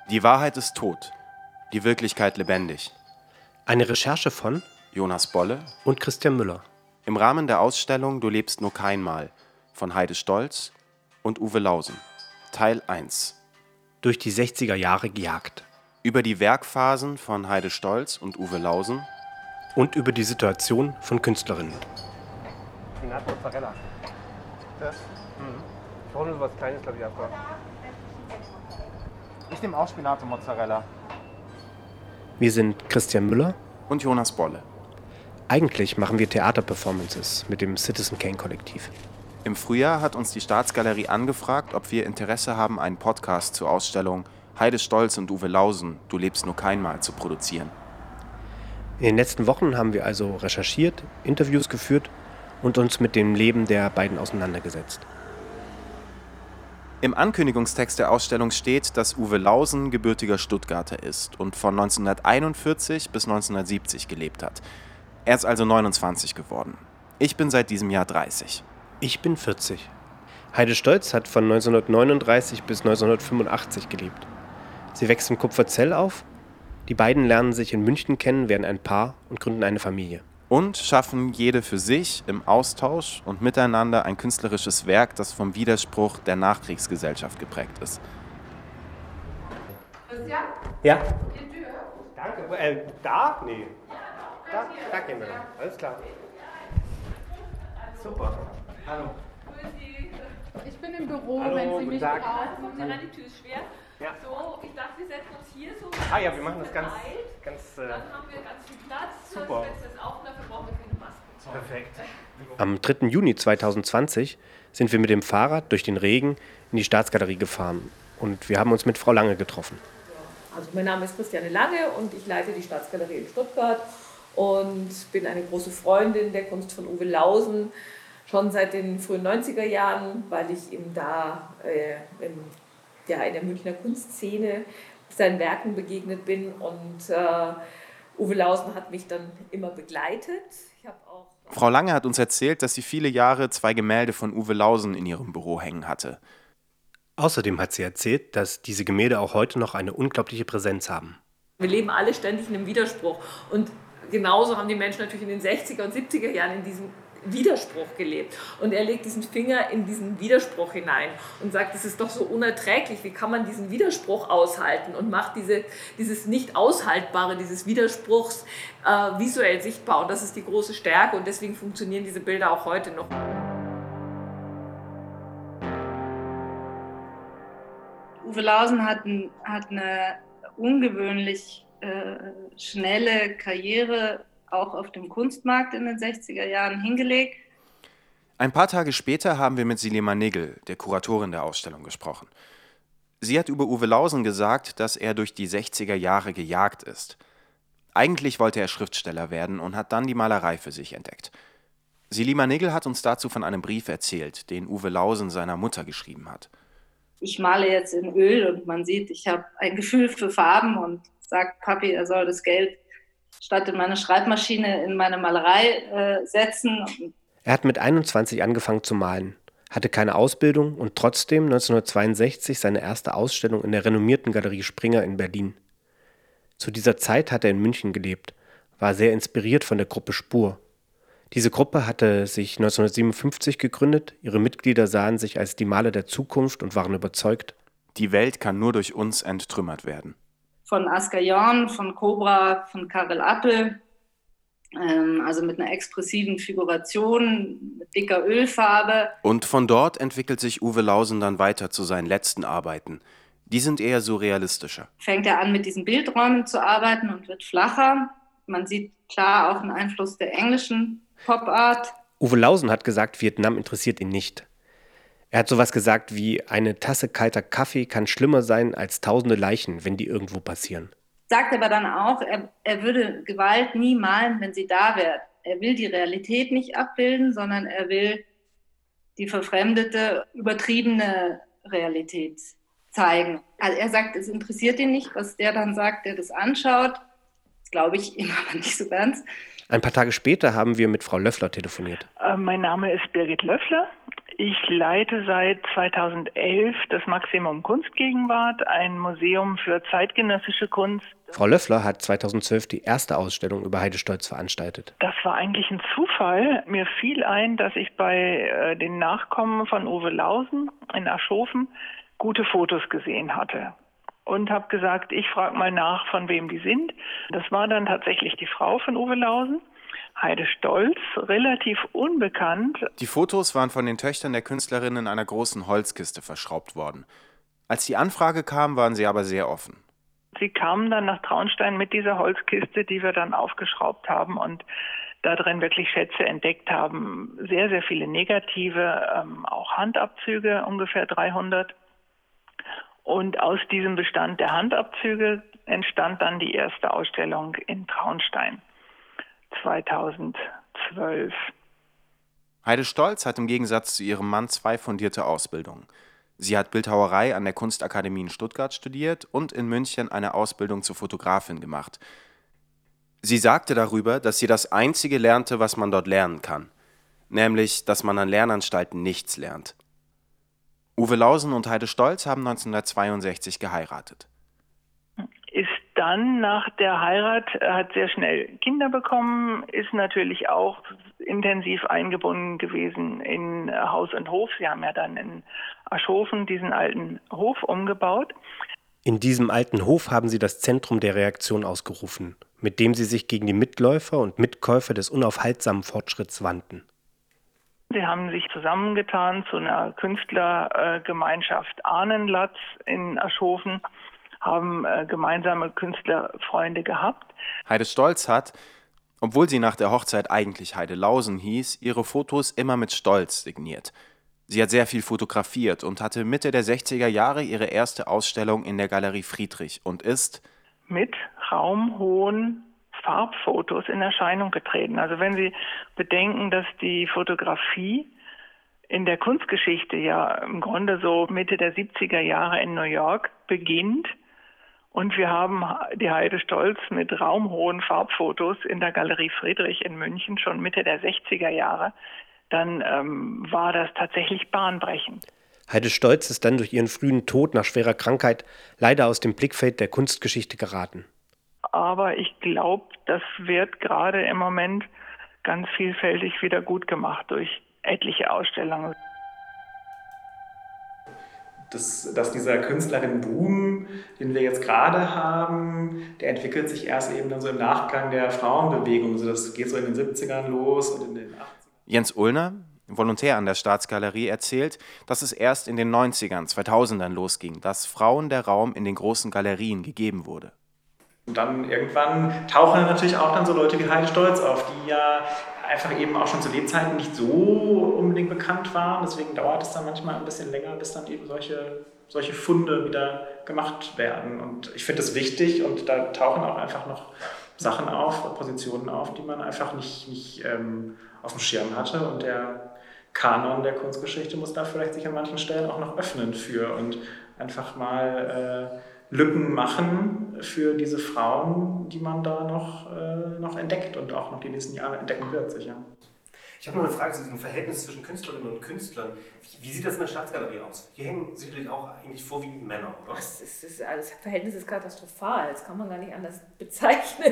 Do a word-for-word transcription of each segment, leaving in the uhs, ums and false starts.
Die Wahrheit ist tot, die Wirklichkeit lebendig. Eine Recherche von Jonas Bolle und Christian Müller. Im Rahmen der Ausstellung Du lebst nur keinmal von Heide Stolz und Uwe Lausen. Teil eins. Durch die sechziger Jahre gejagt. Über die Werkphasen von Heide Stolz und Uwe Lausen. Und über die Situation von Künstlerinnen. Spinat Mozzarella. Das? Mhm. Ich brauche nur so was Kleines, glaube ich, einfach. Ich nehme auch Spinat und Mozzarella. Wir sind Christian Müller und Jonas Bolle. Eigentlich machen wir Theaterperformances mit dem Citizen Kane Kollektiv. Im Frühjahr hat uns die Staatsgalerie angefragt, ob wir Interesse haben, einen Podcast zur Ausstellung Heide Stolz und Uwe Lausen, Du lebst nur keinmal zu produzieren. In den letzten Wochen haben wir also recherchiert, Interviews geführt und uns mit dem Leben der beiden auseinandergesetzt. Im Ankündigungstext der Ausstellung steht, dass Uwe Lausen gebürtiger Stuttgarter ist und von neunzehnhunderteinundvierzig bis neunzehnhundertsiebzig gelebt hat. Er ist also neunundzwanzig geworden. Ich bin seit diesem Jahr dreißig. Ich bin vierzig. Heide Stolz hat von neunzehnhundertneununddreißig bis neunzehnhundertfünfundachtzig gelebt. Sie wächst in Kupferzell auf. Die beiden lernen sich in München kennen, werden ein Paar und gründen eine Familie. Und schaffen jede für sich im Austausch und miteinander ein künstlerisches Werk, das vom Widerspruch der Nachkriegsgesellschaft geprägt ist. Christian? Ja? Die Tür? Danke. Äh, da? Nee. Da? Da gehen wir. Alles klar. Super. Hallo. Ich bin im Büro, Hallo, wenn Sie guten mich Tag. brauchen. Kommt ihr rein, die Tür ist schwer. Ja. So, ich dachte, wir setzen uns hier so. Ah ja, wir machen das ganz, breit. ganz äh, Dann haben wir ganz viel Platz. Super. Das Fenster ist auf, dafür brauchen wir keine Masken. perfekt. Am dritten Juni zweitausendzwanzig sind wir mit dem Fahrrad durch den Regen in die Staatsgalerie gefahren. Und wir haben uns mit Frau Lange getroffen. Also mein Name ist Christiane Lange und ich leite die Staatsgalerie in Stuttgart und bin eine große Freundin der Kunst von Uwe Lausen. Schon seit den frühen neunziger Jahren, weil ich ihm da äh, in, ja, in der Münchner Kunstszene seinen Werken begegnet bin. Und äh, Uwe Lausen hat mich dann immer begleitet. Ich habe auch Frau Lange hat uns erzählt, dass sie viele Jahre zwei Gemälde von Uwe Lausen in ihrem Büro hängen hatte. Außerdem hat sie erzählt, dass diese Gemälde auch heute noch eine unglaubliche Präsenz haben. Wir leben alle ständig in einem Widerspruch. Und genauso haben die Menschen natürlich in den sechziger und siebziger Jahren in diesem Widerspruch gelebt. Und er legt diesen Finger in diesen Widerspruch hinein und sagt, das ist doch so unerträglich, wie kann man diesen Widerspruch aushalten, und macht diese, dieses Nicht-Aushaltbare, dieses Widerspruchs äh, visuell sichtbar. Und das ist die große Stärke, und deswegen funktionieren diese Bilder auch heute noch. Uwe Lausen hat, ein, hat eine ungewöhnlich äh, schnelle Karriere auch auf dem Kunstmarkt in den sechziger Jahren hingelegt. Ein paar Tage später haben wir mit Silema Nigel, der Kuratorin der Ausstellung, gesprochen. Sie hat über Uwe Lausen gesagt, dass er durch die sechziger Jahre gejagt ist. Eigentlich wollte er Schriftsteller werden und hat dann die Malerei für sich entdeckt. Silema Nigel hat uns dazu von einem Brief erzählt, den Uwe Lausen seiner Mutter geschrieben hat. Ich male jetzt in Öl und man sieht, ich habe ein Gefühl für Farben und sagt Papi, er soll das Geld statt in meine Schreibmaschine in meine Malerei äh, setzen. Er hat mit einundzwanzig angefangen zu malen, hatte keine Ausbildung und trotzdem neunzehnhundertzweiundsechzig seine erste Ausstellung in der renommierten Galerie Springer in Berlin. Zu dieser Zeit hat er in München gelebt, war sehr inspiriert von der Gruppe Spur. Diese Gruppe hatte sich neunzehnhundertsiebenundfünfzig gegründet, ihre Mitglieder sahen sich als die Maler der Zukunft und waren überzeugt: Die Welt kann nur durch uns enttrümmert werden. Von Asger Jorn, von Cobra, von Karel Appel, ähm, also mit einer expressiven Figuration, mit dicker Ölfarbe. Und von dort entwickelt sich Uwe Lausen dann weiter zu seinen letzten Arbeiten. Die sind eher surrealistischer. Fängt er an, mit diesen Bildräumen zu arbeiten und wird flacher. Man sieht klar auch einen Einfluss der englischen Pop-Art. Uwe Lausen hat gesagt, Vietnam interessiert ihn nicht. Er hat sowas gesagt wie: Eine Tasse kalter Kaffee kann schlimmer sein als tausende Leichen, wenn die irgendwo passieren. Sagt aber dann auch, er, er würde Gewalt nie malen, wenn sie da wäre. Er will die Realität nicht abbilden, sondern er will die verfremdete, übertriebene Realität zeigen. Also er sagt, es interessiert ihn nicht, was der dann sagt, der das anschaut. Das glaube ich ihm aber nicht so ganz. Ein paar Tage später haben wir mit Frau Löffler telefoniert. Äh, mein Name ist Birgit Löffler. Ich leite seit zweitausendelf das Maximum Kunstgegenwart, ein Museum für zeitgenössische Kunst. Frau Löffler hat zweitausendzwölf die erste Ausstellung über Heide Stolz veranstaltet. Das war eigentlich ein Zufall. Mir fiel ein, dass ich bei äh, den Nachkommen von Uwe Lausen in Aschofen gute Fotos gesehen hatte. Und habe gesagt, ich frage mal nach, von wem die sind. Das war dann tatsächlich die Frau von Uwe Lausen, Heide Stolz, relativ unbekannt. Die Fotos waren von den Töchtern der Künstlerin in einer großen Holzkiste verschraubt worden. Als die Anfrage kam, waren sie aber sehr offen. Sie kamen dann nach Traunstein mit dieser Holzkiste, die wir dann aufgeschraubt haben und da drin wirklich Schätze entdeckt haben. Sehr, sehr viele negative, ähm, auch Handabzüge, ungefähr dreihundert. Und aus diesem Bestand der Handabzüge entstand dann die erste Ausstellung in Traunstein zweitausendzwölf. Heide Stolz hat im Gegensatz zu ihrem Mann zwei fundierte Ausbildungen. Sie hat Bildhauerei an der Kunstakademie in Stuttgart studiert und in München eine Ausbildung zur Fotografin gemacht. Sie sagte darüber, dass sie das Einzige lernte, was man dort lernen kann, nämlich, dass man an Lernanstalten nichts lernt. Uwe Lausen und Heide Stolz haben neunzehnhundertzweiundsechzig geheiratet. Ist dann nach der Heirat, hat sehr schnell Kinder bekommen, ist natürlich auch intensiv eingebunden gewesen in Haus und Hof. Sie haben ja dann in Aschofen diesen alten Hof umgebaut. In diesem alten Hof haben sie das Zentrum der Reaktion ausgerufen, mit dem sie sich gegen die Mitläufer und Mitkäufer des unaufhaltsamen Fortschritts wandten. Sie haben sich zusammengetan zu einer Künstlergemeinschaft Ahnenlatz in Aschofen, haben äh, gemeinsame Künstlerfreunde gehabt. Heide Stolz hat, obwohl sie nach der Hochzeit eigentlich Heide Lausen hieß, ihre Fotos immer mit Stolz signiert. Sie hat sehr viel fotografiert und hatte Mitte der sechziger Jahre ihre erste Ausstellung in der Galerie Friedrich und ist mit raumhohen Farbfotos in Erscheinung getreten. Also wenn Sie bedenken, dass die Fotografie in der Kunstgeschichte ja im Grunde so Mitte der siebziger Jahre in New York beginnt und wir haben die Heide Stolz mit raumhohen Farbfotos in der Galerie Friedrich in München schon Mitte der sechziger Jahre, dann ähm, war das tatsächlich bahnbrechend. Heide Stolz ist dann durch ihren frühen Tod nach schwerer Krankheit leider aus dem Blickfeld der Kunstgeschichte geraten. Aber ich glaube, das wird gerade im Moment ganz vielfältig wieder gut gemacht durch etliche Ausstellungen. Das, dass dieser Künstlerinnen-Boom, den wir jetzt gerade haben, der entwickelt sich erst eben dann so im Nachgang der Frauenbewegung. Also das geht so in den siebzigern los und in den achtzigern. Jens Ullner, Volontär an der Staatsgalerie, erzählt, dass es erst in den neunzigern, zweitausendern losging, dass Frauen der Raum in den großen Galerien gegeben wurde. Und dann irgendwann tauchen natürlich auch dann so Leute wie Heide Stolz auf, die ja einfach eben auch schon zu Lebzeiten nicht so unbedingt bekannt waren. Deswegen dauert es dann manchmal ein bisschen länger, bis dann eben solche, solche Funde wieder gemacht werden. Und ich finde das wichtig und da tauchen auch einfach noch Sachen auf, Positionen auf, die man einfach nicht, nicht ähm, auf dem Schirm hatte. Und der Kanon der Kunstgeschichte muss da vielleicht sich an manchen Stellen auch noch öffnen für und einfach mal äh, Lücken machen für diese Frauen, die man da noch, äh, noch entdeckt und auch noch die nächsten Jahre entdecken wird, sicher. Ich habe noch eine Frage zu diesem Verhältnis zwischen Künstlerinnen und Künstlern. Wie, wie sieht das in der Staatsgalerie aus? Hier hängen sicherlich auch eigentlich vorwiegend Männer, oder? Das, ist, das, das Verhältnis ist katastrophal, das kann man gar nicht anders bezeichnen.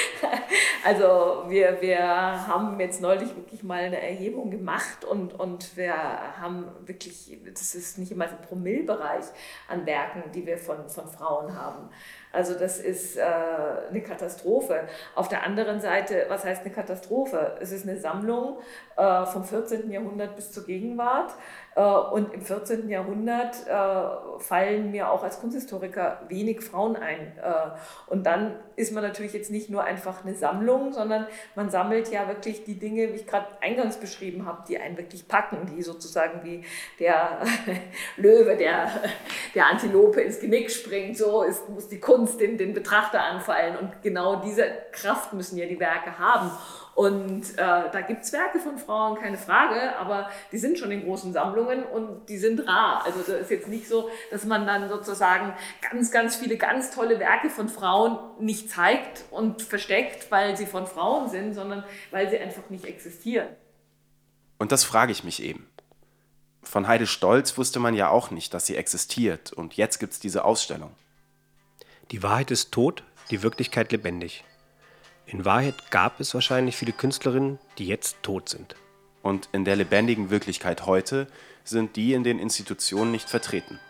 Also wir, wir haben jetzt neulich wirklich mal eine Erhebung gemacht und, und wir haben wirklich, das ist nicht immer im Promillebereich an Werken, die wir von, von Frauen haben. Also das ist äh, eine Katastrophe. Auf der anderen Seite, was heißt eine Katastrophe? Es ist eine Sammlung äh, vom vierzehnten Jahrhundert bis zur Gegenwart. Äh, und im vierzehnten Jahrhundert äh, fallen mir auch als Kunsthistoriker wenig Frauen ein. Äh, und dann ist man natürlich jetzt nicht nur einfach eine Sammlung, sondern man sammelt ja wirklich die Dinge, wie ich gerade eingangs beschrieben habe, die einen wirklich packen, die sozusagen wie der Löwe, der, der Antilope ins Genick springt. So ist, muss die Kunst den, den Betrachter anfallen. Und genau diese Kraft müssen ja die Werke haben. Und äh, da gibt es Werke von Frauen, keine Frage, aber die sind schon in großen Sammlungen und die sind rar. Also das ist jetzt nicht so, dass man dann sozusagen ganz, ganz viele ganz tolle Werke von Frauen nicht zeigt und versteckt, weil sie von Frauen sind, sondern weil sie einfach nicht existieren. Und das frage ich mich eben. Von Heide Stolz wusste man ja auch nicht, dass sie existiert. Und jetzt gibt's diese Ausstellung. Die Wahrheit ist tot, die Wirklichkeit lebendig. In Wahrheit gab es wahrscheinlich viele Künstlerinnen, die jetzt tot sind. Und in der lebendigen Wirklichkeit heute sind die in den Institutionen nicht vertreten.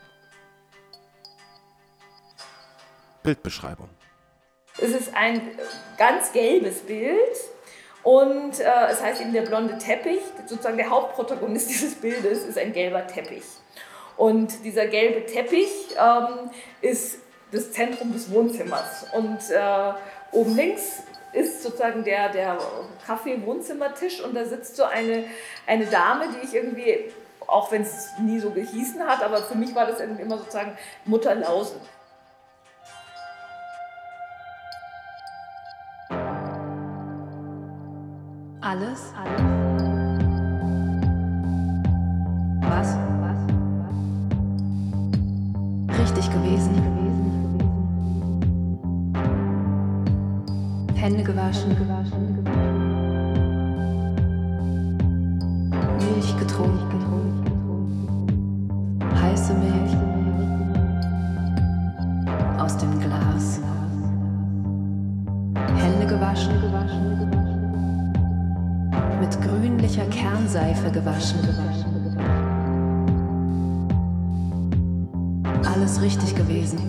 Bildbeschreibung. Es ist ein ganz gelbes Bild und äh, es heißt eben der blonde Teppich. Sozusagen der Hauptprotagonist dieses Bildes ist ein gelber Teppich. Und dieser gelbe Teppich ähm, ist das Zentrum des Wohnzimmers. Und äh, oben links ist sozusagen der, der Kaffee-Wohnzimmertisch und da sitzt so eine, eine Dame, die ich irgendwie, auch wenn es nie so gehießen hat, aber für mich war das irgendwie immer sozusagen Mutter Lausen. Alles, alles. Was? Was? Richtig gewesen. Hände gewaschen. Milch getrunken. Heiße Milch. Aus dem Glas. Hände gewaschen. Mit grünlicher Kernseife gewaschen. Alles richtig gewesen.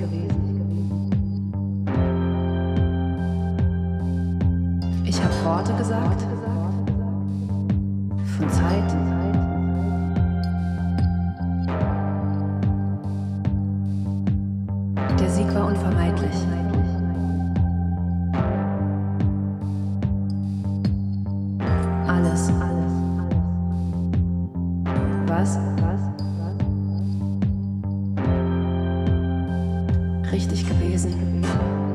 Ich habe Worte gesagt. Von Zeit. Der Sieg war unvermeidlich. Alles. Was? Richtig gewesen.